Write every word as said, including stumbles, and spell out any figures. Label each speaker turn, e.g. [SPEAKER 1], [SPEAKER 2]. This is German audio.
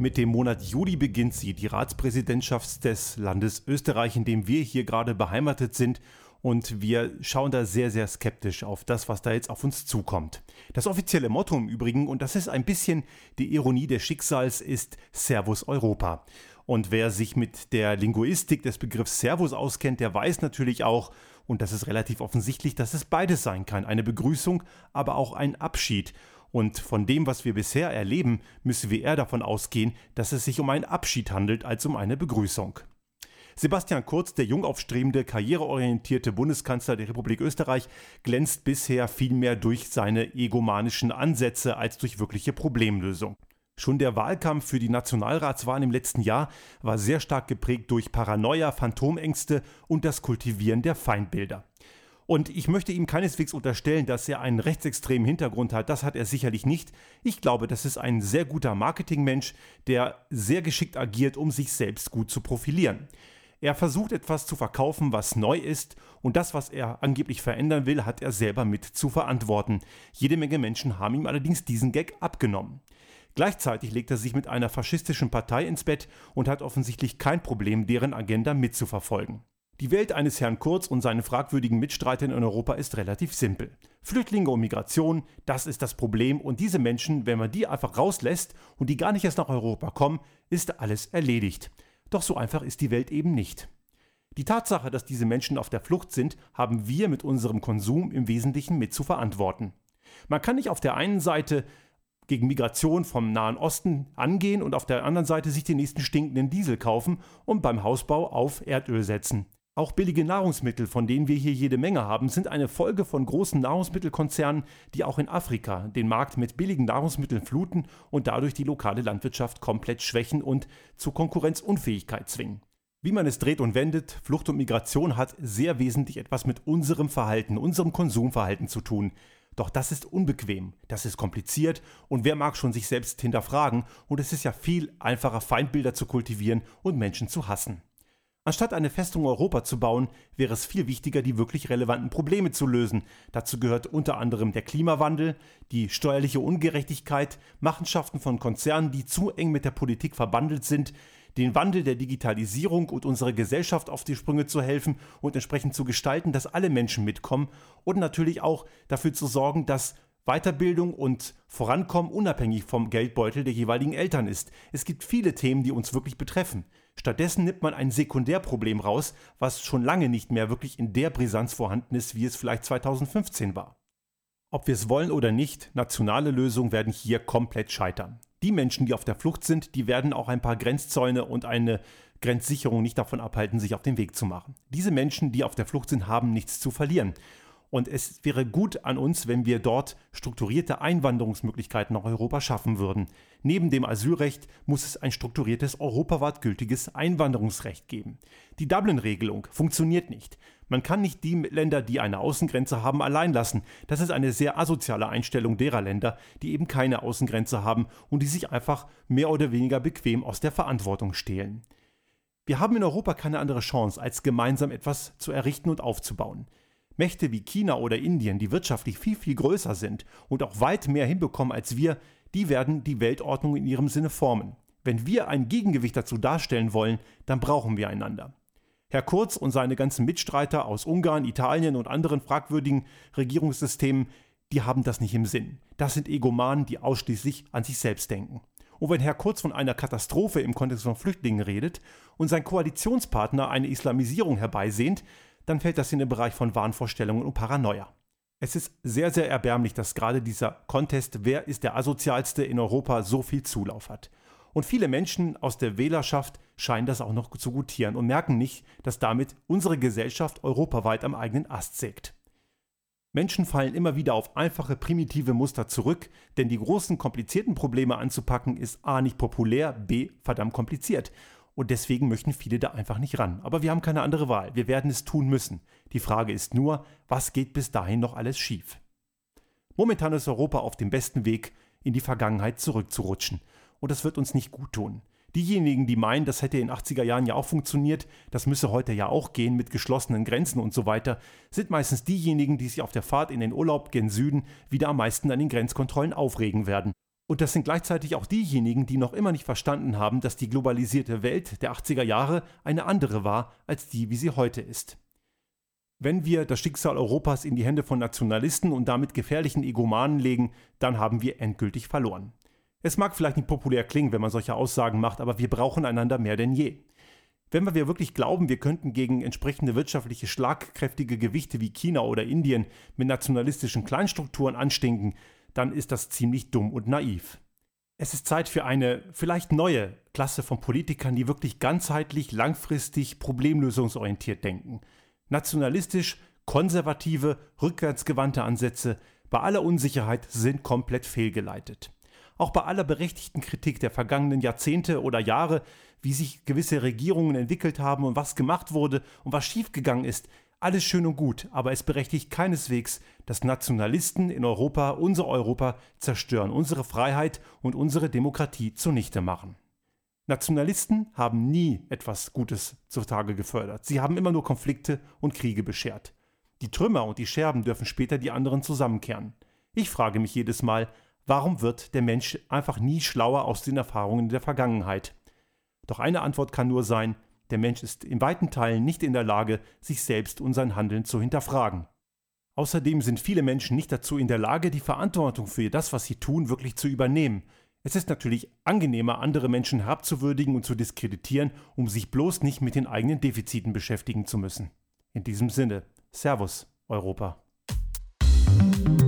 [SPEAKER 1] Mit dem Monat Juli beginnt sie, die Ratspräsidentschaft des Landes Österreich, in dem wir hier gerade beheimatet sind. Und wir schauen da sehr, sehr skeptisch auf das, was da jetzt auf uns zukommt. Das offizielle Motto im Übrigen, und das ist ein bisschen die Ironie des Schicksals, ist Servus Europa. Und wer sich mit der Linguistik des Begriffs Servus auskennt, der weiß natürlich auch, und das ist relativ offensichtlich, dass es beides sein kann. Eine Begrüßung, aber auch ein Abschied. Und von dem, was wir bisher erleben, müssen wir eher davon ausgehen, dass es sich um einen Abschied handelt als um eine Begrüßung. Sebastian Kurz, der jung aufstrebende, karriereorientierte Bundeskanzler der Republik Österreich, glänzt bisher vielmehr durch seine egomanischen Ansätze als durch wirkliche Problemlösung. Schon der Wahlkampf für die Nationalratswahlen im letzten Jahr war sehr stark geprägt durch Paranoia, Phantomängste und das Kultivieren der Feindbilder. Und ich möchte ihm keineswegs unterstellen, dass er einen rechtsextremen Hintergrund hat. Das hat er sicherlich nicht. Ich glaube, das ist ein sehr guter Marketingmensch, der sehr geschickt agiert, um sich selbst gut zu profilieren. Er versucht etwas zu verkaufen, was neu ist, und das, was er angeblich verändern will, hat er selber mit zu verantworten. Jede Menge Menschen haben ihm allerdings diesen Gag abgenommen. Gleichzeitig legt er sich mit einer faschistischen Partei ins Bett und hat offensichtlich kein Problem, deren Agenda mitzuverfolgen. Die Welt eines Herrn Kurz und seinen fragwürdigen Mitstreitern in Europa ist relativ simpel. Flüchtlinge und Migration, das ist das Problem, und diese Menschen, wenn man die einfach rauslässt und die gar nicht erst nach Europa kommen, ist alles erledigt. Doch so einfach ist die Welt eben nicht. Die Tatsache, dass diese Menschen auf der Flucht sind, haben wir mit unserem Konsum im Wesentlichen mit zu verantworten. Man kann nicht auf der einen Seite gegen Migration vom Nahen Osten angehen und auf der anderen Seite sich den nächsten stinkenden Diesel kaufen und beim Hausbau auf Erdöl setzen. Auch billige Nahrungsmittel, von denen wir hier jede Menge haben, sind eine Folge von großen Nahrungsmittelkonzernen, die auch in Afrika den Markt mit billigen Nahrungsmitteln fluten und dadurch die lokale Landwirtschaft komplett schwächen und zur Konkurrenzunfähigkeit zwingen. Wie man es dreht und wendet, Flucht und Migration hat sehr wesentlich etwas mit unserem Verhalten, unserem Konsumverhalten zu tun. Doch das ist unbequem, das ist kompliziert, und wer mag schon sich selbst hinterfragen, und es ist ja viel einfacher, Feindbilder zu kultivieren und Menschen zu hassen. Anstatt eine Festung Europa zu bauen, wäre es viel wichtiger, die wirklich relevanten Probleme zu lösen. Dazu gehört unter anderem der Klimawandel, die steuerliche Ungerechtigkeit, Machenschaften von Konzernen, die zu eng mit der Politik verbandelt sind, den Wandel der Digitalisierung und unsere Gesellschaft auf die Sprünge zu helfen und entsprechend zu gestalten, dass alle Menschen mitkommen, und natürlich auch dafür zu sorgen, dass Weiterbildung und Vorankommen unabhängig vom Geldbeutel der jeweiligen Eltern ist. Es gibt viele Themen, die uns wirklich betreffen. Stattdessen nimmt man ein Sekundärproblem raus, was schon lange nicht mehr wirklich in der Brisanz vorhanden ist, wie es vielleicht zweitausendfünfzehn war. Ob wir es wollen oder nicht, nationale Lösungen werden hier komplett scheitern. Die Menschen, die auf der Flucht sind, die werden auch ein paar Grenzzäune und eine Grenzsicherung nicht davon abhalten, sich auf den Weg zu machen. Diese Menschen, die auf der Flucht sind, haben nichts zu verlieren. Und es wäre gut an uns, wenn wir dort strukturierte Einwanderungsmöglichkeiten nach Europa schaffen würden. Neben dem Asylrecht muss es ein strukturiertes, europaweit gültiges Einwanderungsrecht geben. Die Dublin-Regelung funktioniert nicht. Man kann nicht die Länder, die eine Außengrenze haben, allein lassen. Das ist eine sehr asoziale Einstellung derer Länder, die eben keine Außengrenze haben und die sich einfach mehr oder weniger bequem aus der Verantwortung stehlen. Wir haben in Europa keine andere Chance, als gemeinsam etwas zu errichten und aufzubauen. Mächte wie China oder Indien, die wirtschaftlich viel, viel größer sind und auch weit mehr hinbekommen als wir, die werden die Weltordnung in ihrem Sinne formen. Wenn wir ein Gegengewicht dazu darstellen wollen, dann brauchen wir einander. Herr Kurz und seine ganzen Mitstreiter aus Ungarn, Italien und anderen fragwürdigen Regierungssystemen, die haben das nicht im Sinn. Das sind Egomanen, die ausschließlich an sich selbst denken. Und wenn Herr Kurz von einer Katastrophe im Kontext von Flüchtlingen redet und sein Koalitionspartner eine Islamisierung herbeisehnt, dann fällt das in den Bereich von Wahnvorstellungen und Paranoia. Es ist sehr, sehr erbärmlich, dass gerade dieser Contest, wer ist der asozialste in Europa, so viel Zulauf hat. Und viele Menschen aus der Wählerschaft scheinen das auch noch zu gutieren und merken nicht, dass damit unsere Gesellschaft europaweit am eigenen Ast sägt. Menschen fallen immer wieder auf einfache, primitive Muster zurück, denn die großen, komplizierten Probleme anzupacken ist a. nicht populär, b. verdammt kompliziert. Und deswegen möchten viele da einfach nicht ran. Aber wir haben keine andere Wahl. Wir werden es tun müssen. Die Frage ist nur, was geht bis dahin noch alles schief? Momentan ist Europa auf dem besten Weg, in die Vergangenheit zurückzurutschen. Und das wird uns nicht gut tun. Diejenigen, die meinen, das hätte in den achtziger Jahren ja auch funktioniert, das müsse heute ja auch gehen mit geschlossenen Grenzen und so weiter, sind meistens diejenigen, die sich auf der Fahrt in den Urlaub gen Süden wieder am meisten an den Grenzkontrollen aufregen werden. Und das sind gleichzeitig auch diejenigen, die noch immer nicht verstanden haben, dass die globalisierte Welt der achtziger Jahre eine andere war als die, wie sie heute ist. Wenn wir das Schicksal Europas in die Hände von Nationalisten und damit gefährlichen Egomanen legen, dann haben wir endgültig verloren. Es mag vielleicht nicht populär klingen, wenn man solche Aussagen macht, aber wir brauchen einander mehr denn je. Wenn wir wirklich glauben, wir könnten gegen entsprechende wirtschaftliche schlagkräftige Gewichte wie China oder Indien mit nationalistischen Kleinstrukturen anstinken, dann ist das ziemlich dumm und naiv. Es ist Zeit für eine vielleicht neue Klasse von Politikern, die wirklich ganzheitlich, langfristig, problemlösungsorientiert denken. Nationalistisch, konservative, rückwärtsgewandte Ansätze bei aller Unsicherheit sind komplett fehlgeleitet. Auch bei aller berechtigten Kritik der vergangenen Jahrzehnte oder Jahre, wie sich gewisse Regierungen entwickelt haben und was gemacht wurde und was schiefgegangen ist, alles schön und gut, aber es berechtigt keineswegs, dass Nationalisten in Europa unser Europa zerstören, unsere Freiheit und unsere Demokratie zunichte machen. Nationalisten haben nie etwas Gutes zutage gefördert. Sie haben immer nur Konflikte und Kriege beschert. Die Trümmer und die Scherben dürfen später die anderen zusammenkehren. Ich frage mich jedes Mal, warum wird der Mensch einfach nie schlauer aus den Erfahrungen der Vergangenheit? Doch eine Antwort kann nur sein, der Mensch ist in weiten Teilen nicht in der Lage, sich selbst und sein Handeln zu hinterfragen. Außerdem sind viele Menschen nicht dazu in der Lage, die Verantwortung für das, was sie tun, wirklich zu übernehmen. Es ist natürlich angenehmer, andere Menschen herabzuwürdigen und zu diskreditieren, um sich bloß nicht mit den eigenen Defiziten beschäftigen zu müssen. In diesem Sinne, Servus, Europa.